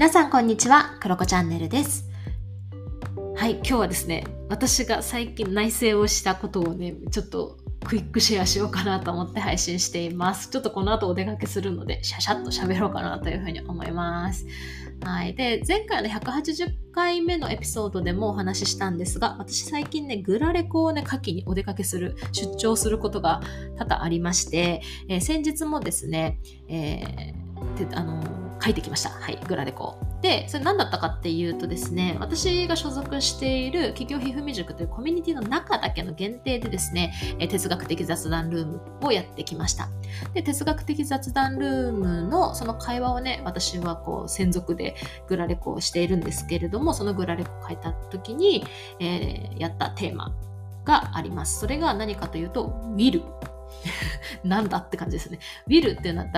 皆さんこんにちは、クロコチャンネルです。はい、今日はですね、私が最近内省をしたことをね、ちょっとクイックシェアしようかなと思って配信しています。ちょっとこの後お出かけするので、シャシャッと喋ろうかなというふうに思います。はい、で、前回の180回目のエピソードでもお話ししたんですが、私最近ね、グラレコをね、夏季にお出かけする、出張することが多々ありまして、先日もですね、書いてきました。はい、グラレコ。で、それ何だったかっていうとですね、私が所属している企業ひふみ塾というコミュニティの中だけの限定でですね、哲学的雑談ルームをやってきました。で、哲学的雑談ルームのその会話をね、私はこう専属でグラレコをしているんですけれども、そのグラレコを書いた時に、やったテーマがあります。それが何かというと、will。なんだって感じですね。will っていうのは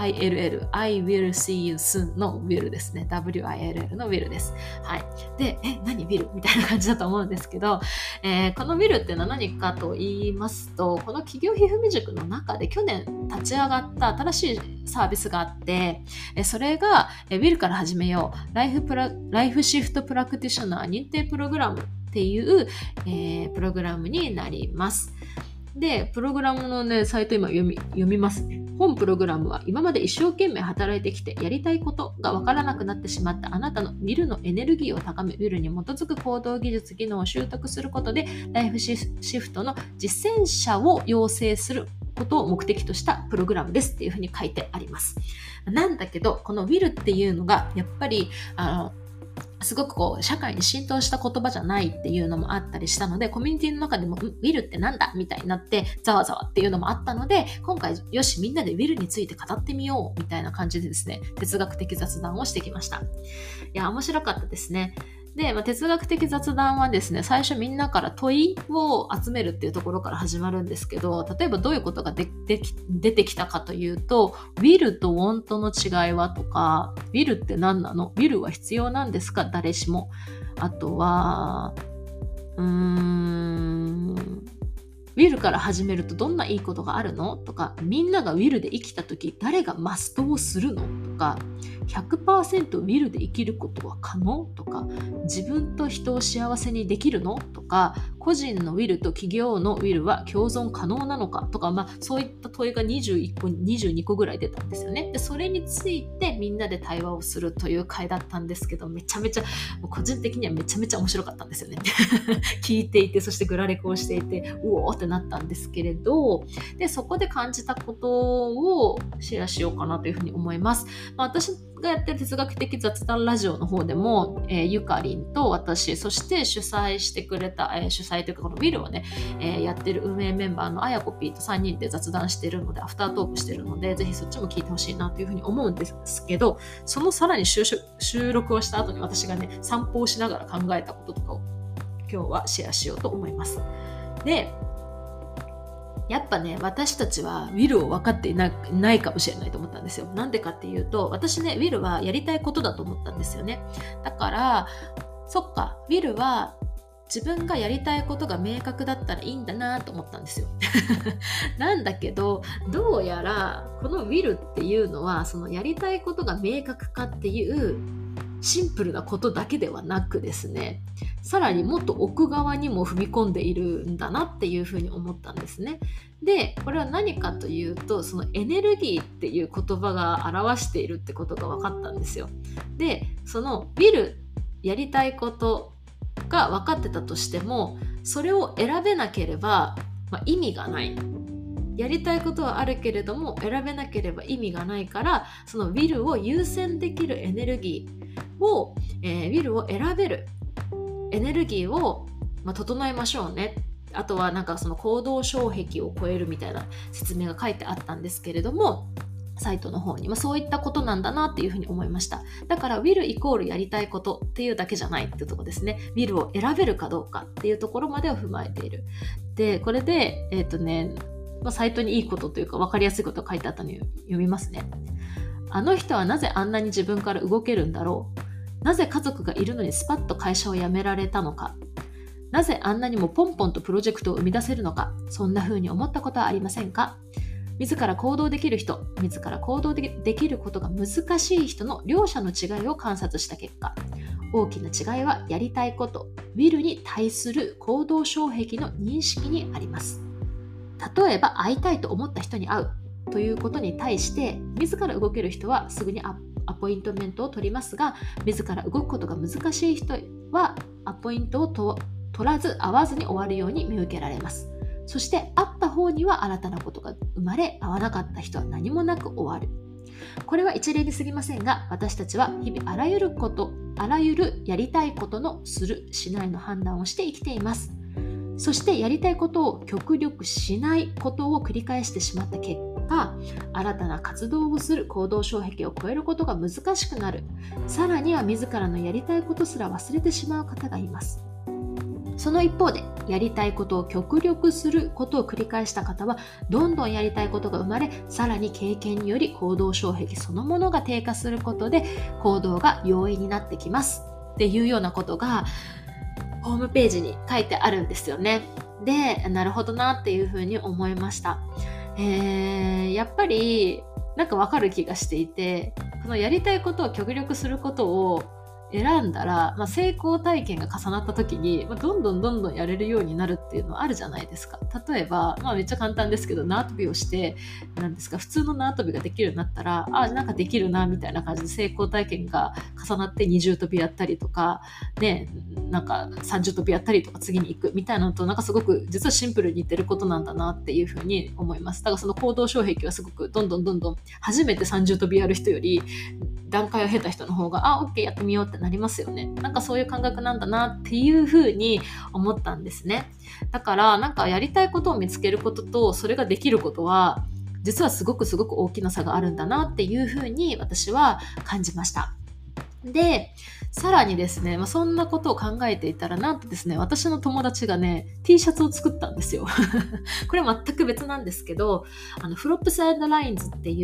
WILL I will see you soon の will ですね。WILL の will です。はい。で、何 will? みたいな感じだと思うんですけど、この will っていうのは何かと言いますと、この企業ひふみ塾の中で去年立ち上がった新しいサービスがあって、それが will から始めよう。ライフシフトプラクティショナー認定プログラムっていう、プログラムになります。で、プログラムのね、サイト今読みますね。本プログラムは今まで一生懸命働いてきてやりたいことがわからなくなってしまったあなたのwillのエネルギーを高め、willに基づく行動技術技能を習得することでライフシフトの実践者を養成することを目的としたプログラムですっていうふうに書いてあります。なんだけど、このwillっていうのがやっぱりすごくこう社会に浸透した言葉じゃないっていうのもあったりしたので、コミュニティの中でもwillってなんだみたいになってざわざわっていうのもあったので、今回よしみんなでwillについて語ってみようみたいな感じでですね、哲学的雑談をしてきました。いや、面白かったですね。で、哲学的雑談はですね、最初みんなから問いを集めるっていうところから始まるんですけど、例えばどういうことが出てきたかというと、will と want の違いはとか、will って何なの？ will は必要なんですか？誰しも。あとは、will から始めるとどんないいことがあるの？とか、みんなが will で生きたとき誰がマストをするの？とか、100% will で生きることは可能？とか、自分と人を幸せにできるの？とか、個人の will と企業の will は共存可能なのか？とか、そういった問いが21個、22個ぐらい出たんですよね。で、それについてみんなで対話をするという回だったんですけど、めちゃめちゃ、個人的にはめちゃめちゃ面白かったんですよね。聞いていて、そしてグラレコをしていて、うおーってなったんですけれど、で、そこで感じたことをシェアしようかなというふうに思います。私がやってる哲学的雑談ラジオの方でも、ゆかりんと私、そして主催してくれた、主催というかこのwillをね、やってる運営メンバーのあやこぴーと3人で雑談してるので、アフタートークしてるので、ぜひそっちも聞いてほしいなというふうに思うんですけど、そのさらに収録をした後に私がね、散歩をしながら考えたこととかを今日はシェアしようと思います。で、やっぱね、私たちは will を分かっていないかもしれないと思ったんですよ。なんでかっていうと、私ね、will はやりたいことだと思ったんですよね。だから、そっか、will は自分がやりたいことが明確だったらいいんだなと思ったんですよ。なんだけど、どうやらこの will っていうのは、そのやりたいことが明確かっていうシンプルなことだけではなくですね、さらにもっと奥側にも踏み込んでいるんだなっていうふうに思ったんですね。で、これは何かというと、そのエネルギーっていう言葉が表しているってことが分かったんですよ。で、そのwill、やりたいことが分かってたとしても、それを選べなければ、意味がない。やりたいことはあるけれども選べなければ意味がないから、その will を優先できるエネルギーを、will を選べるエネルギーを、整えましょうね。あとはなんかその行動障壁を超えるみたいな説明が書いてあったんですけれども、サイトの方に、そういったことなんだなっていうふうに思いました。だから will イコールやりたいことっていうだけじゃないっていうところですね。will を選べるかどうかっていうところまでを踏まえている。で、これでサイトにいいことというか分かりやすいことが書いてあったのを読みますね。あの人はなぜあんなに自分から動けるんだろう。なぜ家族がいるのにスパッと会社を辞められたのか。なぜあんなにもポンポンとプロジェクトを生み出せるのか。そんな風に思ったことはありませんか？ 自ら行動できる人、自ら行動できることが難しい人の両者の違いを観察した結果、大きな違いはやりたいこと、ウィルに対する行動障壁の認識にあります。例えば会いたいと思った人に会うということに対して、自ら動ける人はすぐにアポイントメントを取りますが、自ら動くことが難しい人はアポイントを取らず会わずに終わるように見受けられます。そして会った方には新たなことが生まれ、会わなかった人は何もなく終わる。これは一例に過ぎませんが、私たちは日々あらゆるやりたいことのするしないの判断をして生きています。そしてやりたいことを極力しないことを繰り返してしまった結果、新たな活動をする行動障壁を超えることが難しくなる。さらには自らのやりたいことすら忘れてしまう方がいます。その一方で、やりたいことを極力することを繰り返した方は、どんどんやりたいことが生まれ、さらに経験により行動障壁そのものが低下することで、行動が容易になってきますっていうようなことがホームページに書いてあるんですよね。で、なるほどなっていうふうに思いました。やっぱりなんかわかる気がしていて、このやりたいことを極力することを選んだら、成功体験が重なった時に、どんどんやれるようになるっていうのはあるじゃないですか。例えば、めっちゃ簡単ですけど、縄跳びをして普通の縄跳びができるようになったら、なんかできるなみたいな感じで成功体験が重なって二重跳びやったりとかね、なんか三重跳びやったりとか次に行くみたいなのと、なんかすごく実はシンプルに似てることなんだなっていうふうに思います。だからその行動障壁はすごくどんどん初めて三重跳びやる人より段階を経た人の方がOK やってみようってなりますよね。なんかそういう感覚なんだなっていうふうに思ったんですね。だからなんかやりたいことを見つけることとそれができることは実はすごく大きな差があるんだなっていうふうに私は感じました。で、さらにですね、そんなことを考えていたら、なんとですね、私の友達がね、T シャツを作ったんですよ。これは全く別なんですけど、フロップス&ラインズっていう、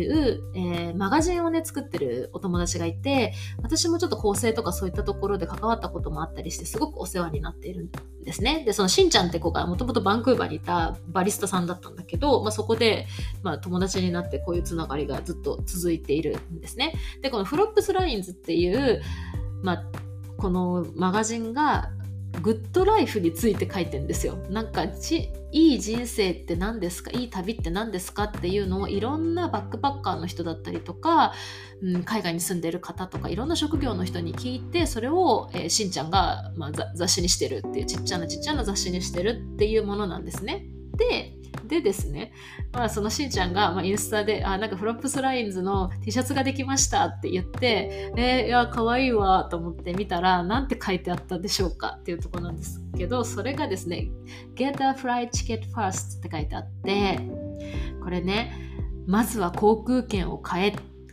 マガジンをね、作ってるお友達がいて、私もちょっと構成とかそういったところで関わったこともあったりして、すごくお世話になっているんですね。で、そのしんちゃんって子がもともとバンクーバーにいたバリスタさんだったんだけど、そこで、友達になってこういうつながりがずっと続いているんですね。で、このフロップスラインズっていうこのマガジンがグッドライフについて書いてるんですよ。なんかいい人生って何ですか、いい旅って何ですかっていうのをいろんなバックパッカーの人だったりとか、海外に住んでる方とかいろんな職業の人に聞いて、それを、しんちゃんが、雑誌にしてるっていうちっちゃな雑誌にしてるっていうものなんですね。でですね、そのしんちゃんが、インスタでなんかフロップスラインズの T シャツができましたって言って、いや可愛いわと思って見たら、なんて書いてあったでしょうかっていうところなんですけど、それがですね Get a flight ticket first って書いてあって、これね、まずは航空券を買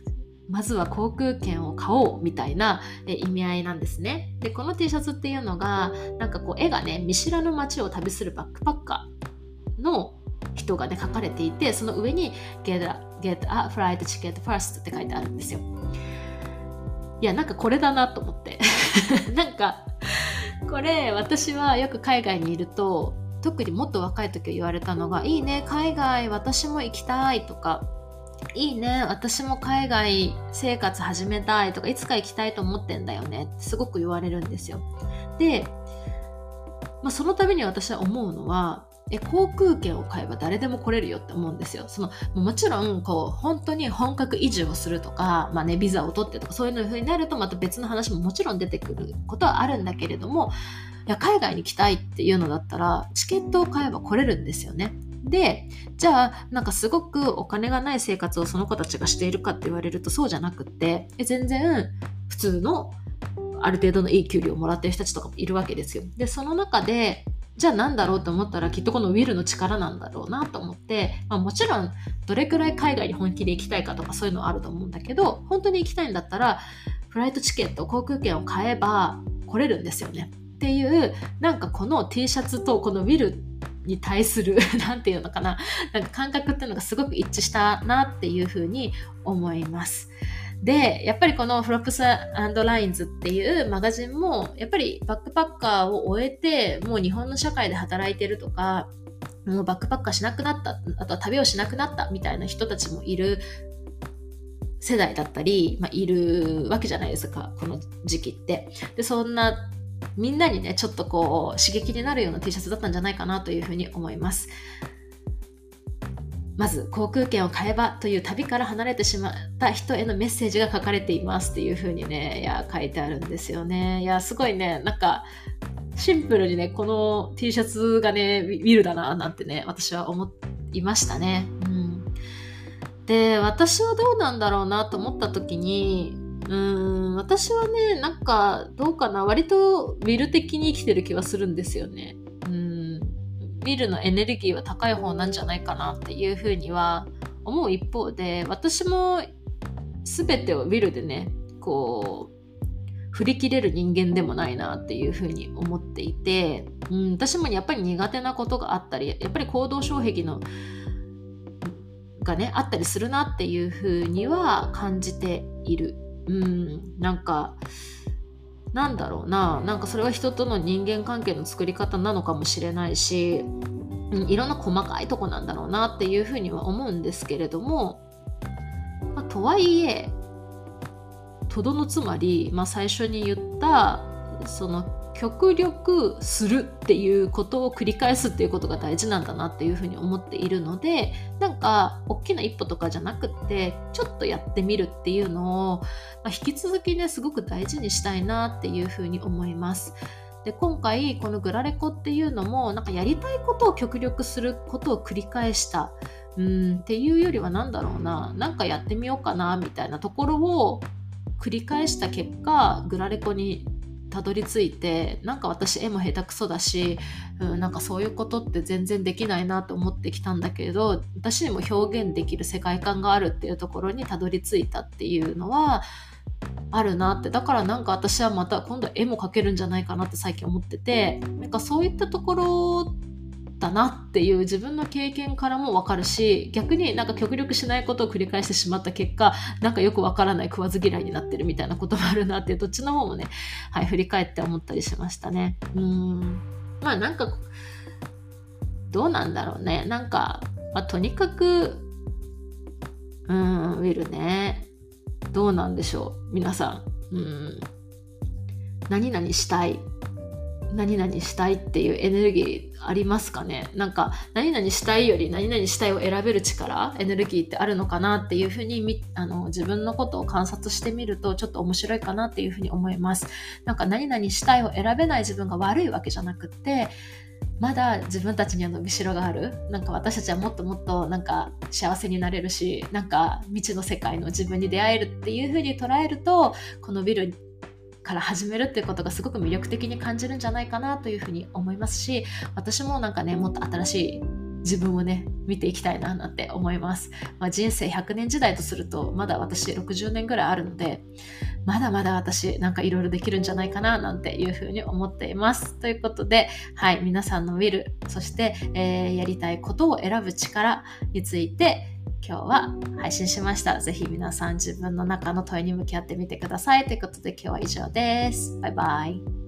おうみたいな意味合いなんですね。で、この T シャツっていうのがなんかこう絵がね、見知らぬ街を旅するバックパッカーの人がね書かれていて、その上に Get a flight ticket first って書いてあるんですよ。いや、なんかこれだなと思ってなんかこれ、私はよく海外にいると、特にもっと若い時言われたのが、いいね海外私も行きたいとか、いいね私も海外生活始めたいとか、いつか行きたいと思ってんだよねってすごく言われるんですよ。で、その度に私は思うのは、航空券を買えば誰でも来れるよって思うんですよ。もちろんこう本当に本格移住をするとか、ビザを取ってとかそういう風になるとまた別の話ももちろん出てくることはあるんだけれども、いや海外に来たいっていうのだったらチケットを買えば来れるんですよね。で、じゃあなんかすごくお金がない生活をその子たちがしているかって言われるとそうじゃなくって、全然普通のある程度のいい給料をもらってる人たちとかもいるわけですよ。で、その中でじゃあなんだろうと思ったら、きっとこのウィルの力なんだろうなと思って、もちろんどれくらい海外に本気で行きたいかとかそういうのはあると思うんだけど、本当に行きたいんだったらフライトチケット、航空券を買えば来れるんですよねっていう、なんかこの T シャツとこのウィルに対するなんていうのかな、なんか感覚っていうのがすごく一致したなっていうふうに思います。で、やっぱりこのフロップス&ラインズっていうマガジンもやっぱりバックパッカーを終えてもう日本の社会で働いてるとか、 もうバックパッカーしなくなった、あとは旅をしなくなったみたいな人たちもいる世代だったり、いるわけじゃないですか、この時期って。で、そんなみんなにね、ちょっとこう刺激になるような T シャツだったんじゃないかなというふうに思います。まず、航空券を買えばという旅から離れてしまった人へのメッセージが書かれていますっていう風にね、書いてあるんですよね。すごいね、なんか、シンプルにね、この T シャツがね、ウィルだな、なんてね、私は思いましたね。で、私はどうなんだろうなと思った時に、私はね、なんか、どうかな、割とウィル的に生きてる気はするんですよね。ウィルのエネルギーは高い方なんじゃないかなっていうふうには思う一方で、私も全てをウィルでね、こう振り切れる人間でもないなっていうふうに思っていて、私もやっぱり苦手なことがあったり、やっぱり行動障壁がねあったりするなっていうふうには感じている。なんかなんだろうな、なんかそれは人との人間関係の作り方なのかもしれないし、いろんな細かいとこなんだろうなっていうふうには思うんですけれども、とはいえとどのつまり、最初に言ったその極力するっていうことを繰り返すっていうことが大事なんだなっていうふうに思っているので、なんか大きな一歩とかじゃなくってちょっとやってみるっていうのを、引き続きねすごく大事にしたいなっていうふうに思います。で、今回このグラレコっていうのもなんかやりたいことを極力することを繰り返したっていうよりは、なんだろうな、なんかやってみようかなみたいなところを繰り返した結果、グラレコにたどり着いて、なんか私絵も下手くそだし、なんかそういうことって全然できないなと思ってきたんだけど、私にも表現できる世界観があるっていうところにたどり着いたっていうのはあるなって。だからなんか私はまた今度絵も描けるんじゃないかなって最近思ってて、なんかそういったところだなっていう自分の経験からも分かるし、逆になんか極力しないことを繰り返してしまった結果、なんかよく分からない食わず嫌いになってるみたいなこともあるなっていう、どっちの方もね、振り返って思ったりしましたね。なんかどうなんだろうね、なんか、とにかくウィルね、どうなんでしょう皆さん。何々したいっていうエネルギーありますかね。なんか何々したいより何々したいを選べる力、エネルギーってあるのかなっていうふうに自分のことを観察してみるとちょっと面白いかなっていうふうに思います。なんか何々したいを選べない自分が悪いわけじゃなくって、まだ自分たちには伸びしろがある。なんか私たちはもっともっとなんか幸せになれるし、なんか未知の世界の自分に出会えるっていうふうに捉えると、このビルから始めるっていうことがすごく魅力的に感じるんじゃないかなというふうに思いますし、私もなんかね、もっと新しい自分をね見ていきたいななんて思います。人生100年時代とするとまだ私60年ぐらいあるので、まだまだ私なんかいろいろできるんじゃないかななんていうふうに思っています。ということで、皆さんのウィル、そして、やりたいことを選ぶ力について今日は配信しました。ぜひ皆さん自分の中の問いに向き合ってみてください。ということで今日は以上です。バイバイ。